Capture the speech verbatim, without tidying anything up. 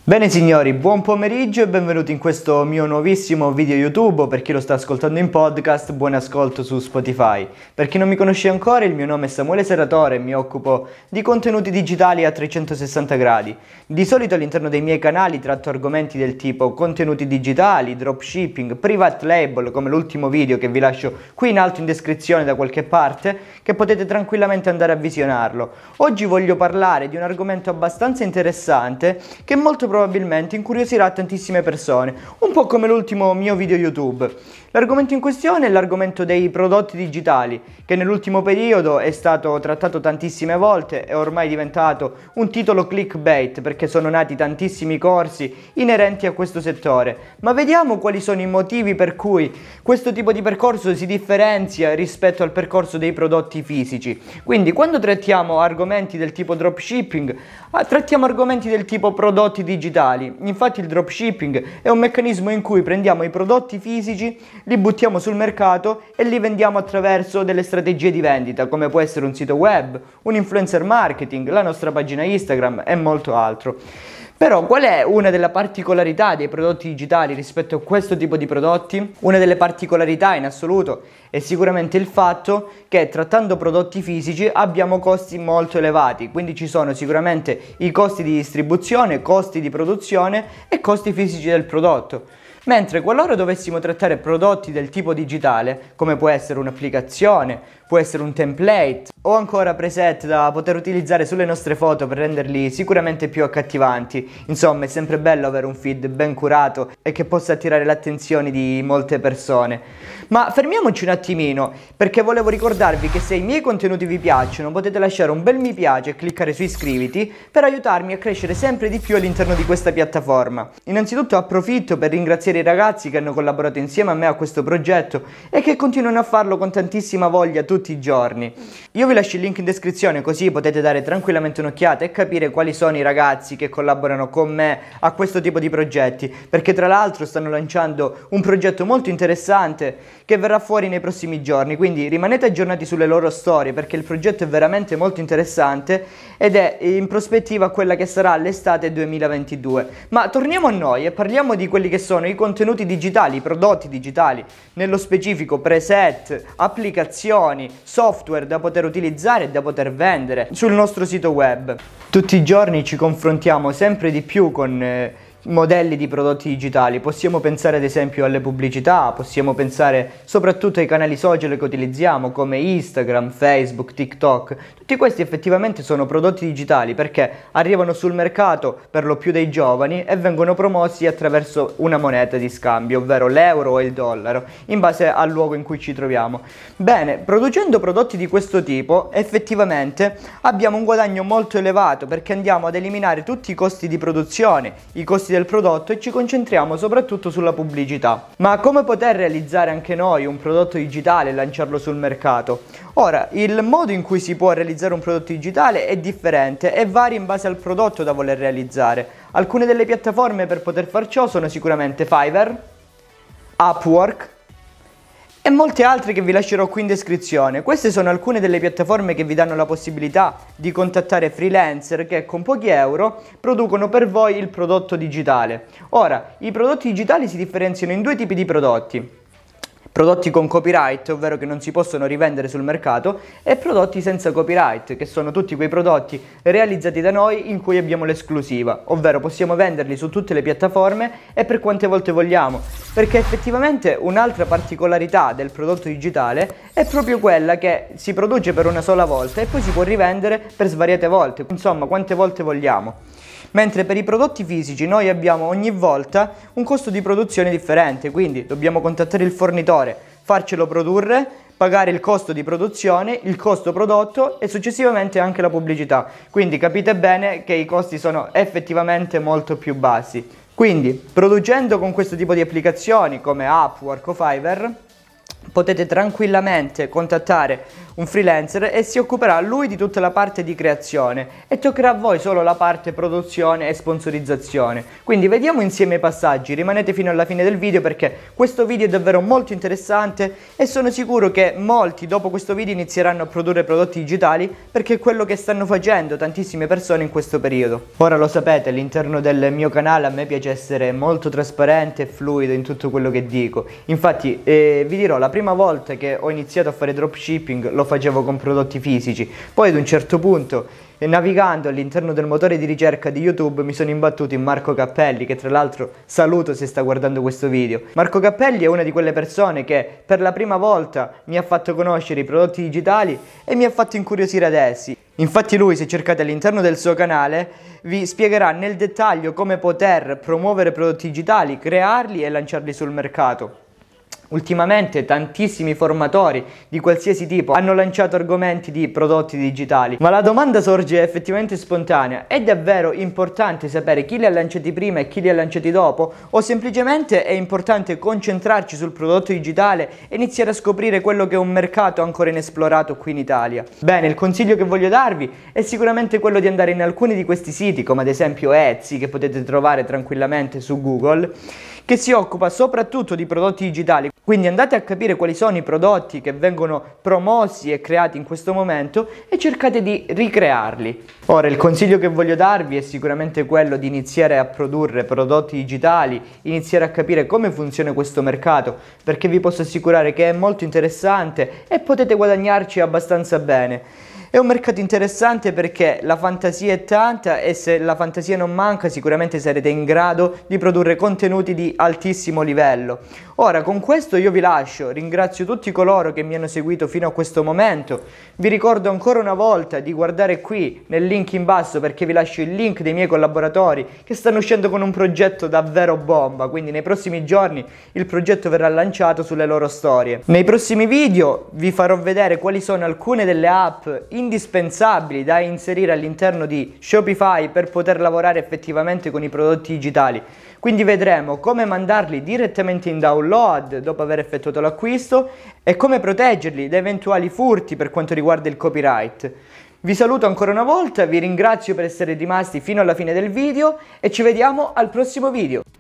Bene signori, buon pomeriggio e benvenuti in questo mio nuovissimo video YouTube. Per chi lo sta ascoltando in podcast, buon ascolto su Spotify. Per chi non mi conosce ancora, il mio nome è Samuele Serratore e mi occupo di contenuti digitali a trecentosessanta gradi. Di solito all'interno dei miei canali tratto argomenti del tipo contenuti digitali, dropshipping, private label, come l'ultimo video che vi lascio qui in alto in descrizione da qualche parte, che potete tranquillamente andare a visionarlo. Oggi voglio parlare di un argomento abbastanza interessante che molto probabilmente incuriosirà tantissime persone, un po' come l'ultimo mio video YouTube. L'argomento in questione è l'argomento dei prodotti digitali, che nell'ultimo periodo è stato trattato tantissime volte, è ormai diventato un titolo clickbait perché sono nati tantissimi corsi inerenti a questo settore. Ma vediamo quali sono i motivi per cui questo tipo di percorso si differenzia rispetto al percorso dei prodotti fisici. Quindi quando trattiamo argomenti del tipo dropshipping, trattiamo argomenti del tipo prodotti digitali. Infatti il dropshipping è un meccanismo in cui prendiamo i prodotti fisici, li buttiamo sul mercato e li vendiamo attraverso delle strategie di vendita, come può essere un sito web, un influencer marketing, la nostra pagina Instagram e molto altro. Però qual è una delle particolarità dei prodotti digitali rispetto a questo tipo di prodotti? Una delle particolarità in assoluto è sicuramente il fatto che trattando prodotti fisici abbiamo costi molto elevati, quindi ci sono sicuramente i costi di distribuzione, costi di produzione e costi fisici del prodotto. Mentre qualora dovessimo trattare prodotti del tipo digitale, come può essere un'applicazione, può essere un template o ancora preset da poter utilizzare sulle nostre foto per renderli sicuramente più accattivanti, insomma è sempre bello avere un feed ben curato e che possa attirare l'attenzione di molte persone. Ma fermiamoci un attimino, perché volevo ricordarvi che se i miei contenuti vi piacciono potete lasciare un bel mi piace e cliccare su iscriviti per aiutarmi a crescere sempre di più all'interno di questa piattaforma. Innanzitutto approfitto per ringraziare i ragazzi che hanno collaborato insieme a me a questo progetto e che continuano a farlo con tantissima voglia tutti i giorni. Io vi lascio il link in descrizione così potete dare tranquillamente un'occhiata e capire quali sono i ragazzi che collaborano con me a questo tipo di progetti, perché tra l'altro stanno lanciando un progetto molto interessante che verrà fuori nei prossimi giorni, quindi rimanete aggiornati sulle loro storie perché il progetto è veramente molto interessante ed è in prospettiva quella che sarà l'estate duemilaventidue. Ma torniamo a noi e parliamo di quelli che sono i contenuti digitali, i prodotti digitali, nello specifico preset, applicazioni, software da poter utilizzare e da poter vendere sul nostro sito web. Tutti i giorni ci confrontiamo sempre di più con eh, modelli di prodotti digitali. Possiamo pensare ad esempio alle pubblicità, possiamo pensare soprattutto ai canali social che utilizziamo come Instagram, Facebook, TikTok. Tutti questi effettivamente sono prodotti digitali perché arrivano sul mercato per lo più dei giovani e vengono promossi attraverso una moneta di scambio, ovvero l'euro o il dollaro, in base al luogo in cui ci troviamo. Bene, producendo prodotti di questo tipo effettivamente abbiamo un guadagno molto elevato perché andiamo ad eliminare tutti i costi di produzione, i costi del prodotto e ci concentriamo soprattutto sulla pubblicità. Ma come poter realizzare anche noi un prodotto digitale e lanciarlo sul mercato? Ora, il modo in cui si può realizzare un prodotto digitale è differente e varia in base al prodotto da voler realizzare. Alcune delle piattaforme per poter far ciò sono sicuramente Fiverr, Upwork e molte altre che vi lascerò qui in descrizione. Queste sono alcune delle piattaforme che vi danno la possibilità di contattare freelancer che con pochi euro producono per voi il prodotto digitale. Ora, i prodotti digitali si differenziano in due tipi di prodotti. Prodotti con copyright, ovvero che non si possono rivendere sul mercato, e prodotti senza copyright, che sono tutti quei prodotti realizzati da noi in cui abbiamo l'esclusiva, ovvero possiamo venderli su tutte le piattaforme e per quante volte vogliamo, perché effettivamente un'altra particolarità del prodotto digitale è proprio quella che si produce per una sola volta e poi si può rivendere per svariate volte, insomma quante volte vogliamo. Mentre per i prodotti fisici noi abbiamo ogni volta un costo di produzione differente, quindi dobbiamo contattare il fornitore, farcelo produrre, pagare il costo di produzione, il costo prodotto e successivamente anche la pubblicità. Quindi capite bene che i costi sono effettivamente molto più bassi. Quindi producendo con questo tipo di applicazioni come Upwork o Fiverr potete tranquillamente contattare un freelancer e si occuperà lui di tutta la parte di creazione e toccherà a voi solo la parte produzione e sponsorizzazione. Quindi vediamo insieme i passaggi, rimanete fino alla fine del video perché questo video è davvero molto interessante e sono sicuro che molti dopo questo video inizieranno a produrre prodotti digitali perché è quello che stanno facendo tantissime persone in questo periodo. Ora lo sapete, all'interno del mio canale a me piace essere molto trasparente e fluido in tutto quello che dico. Infatti eh, vi dirò, la prima volta che ho iniziato a fare dropshipping lo facevo con prodotti fisici, poi ad un certo punto e navigando all'interno del motore di ricerca di YouTube mi sono imbattuto in Marco Cappelli, che tra l'altro saluto se sta guardando questo video. Marco Cappelli è una di quelle persone che per la prima volta mi ha fatto conoscere i prodotti digitali e mi ha fatto incuriosire ad essi. Infatti lui, se cercate all'interno del suo canale, vi spiegherà nel dettaglio come poter promuovere prodotti digitali, crearli e lanciarli sul mercato. Ultimamente tantissimi formatori di qualsiasi tipo hanno lanciato argomenti di prodotti digitali, ma la domanda sorge effettivamente spontanea: è davvero importante sapere chi li ha lanciati prima e chi li ha lanciati dopo? O semplicemente è importante concentrarci sul prodotto digitale e iniziare a scoprire quello che è un mercato ancora inesplorato qui in Italia? Bene, il consiglio che voglio darvi è sicuramente quello di andare in alcuni di questi siti, come ad esempio Etsy, che potete trovare tranquillamente su Google, che si occupa soprattutto di prodotti digitali. Quindi andate a capire quali sono i prodotti che vengono promossi e creati in questo momento e cercate di ricrearli. Ora, il consiglio che voglio darvi è sicuramente quello di iniziare a produrre prodotti digitali, iniziare a capire come funziona questo mercato, perché vi posso assicurare che è molto interessante e potete guadagnarci abbastanza bene. È un mercato interessante perché la fantasia è tanta e se la fantasia non manca sicuramente sarete in grado di produrre contenuti di altissimo livello. Ora, con questo io vi lascio, ringrazio tutti coloro che mi hanno seguito fino a questo momento, vi ricordo ancora una volta di guardare qui nel link in basso perché vi lascio il link dei miei collaboratori che stanno uscendo con un progetto davvero bomba, quindi nei prossimi giorni il progetto verrà lanciato sulle loro storie. Nei prossimi video vi farò vedere quali sono alcune delle app indispensabili da inserire all'interno di Shopify per poter lavorare effettivamente con i prodotti digitali. Quindi vedremo come mandarli direttamente in download dopo aver effettuato l'acquisto e come proteggerli da eventuali furti per quanto riguarda il copyright. Vi saluto ancora una volta, vi ringrazio per essere rimasti fino alla fine del video e ci vediamo al prossimo video.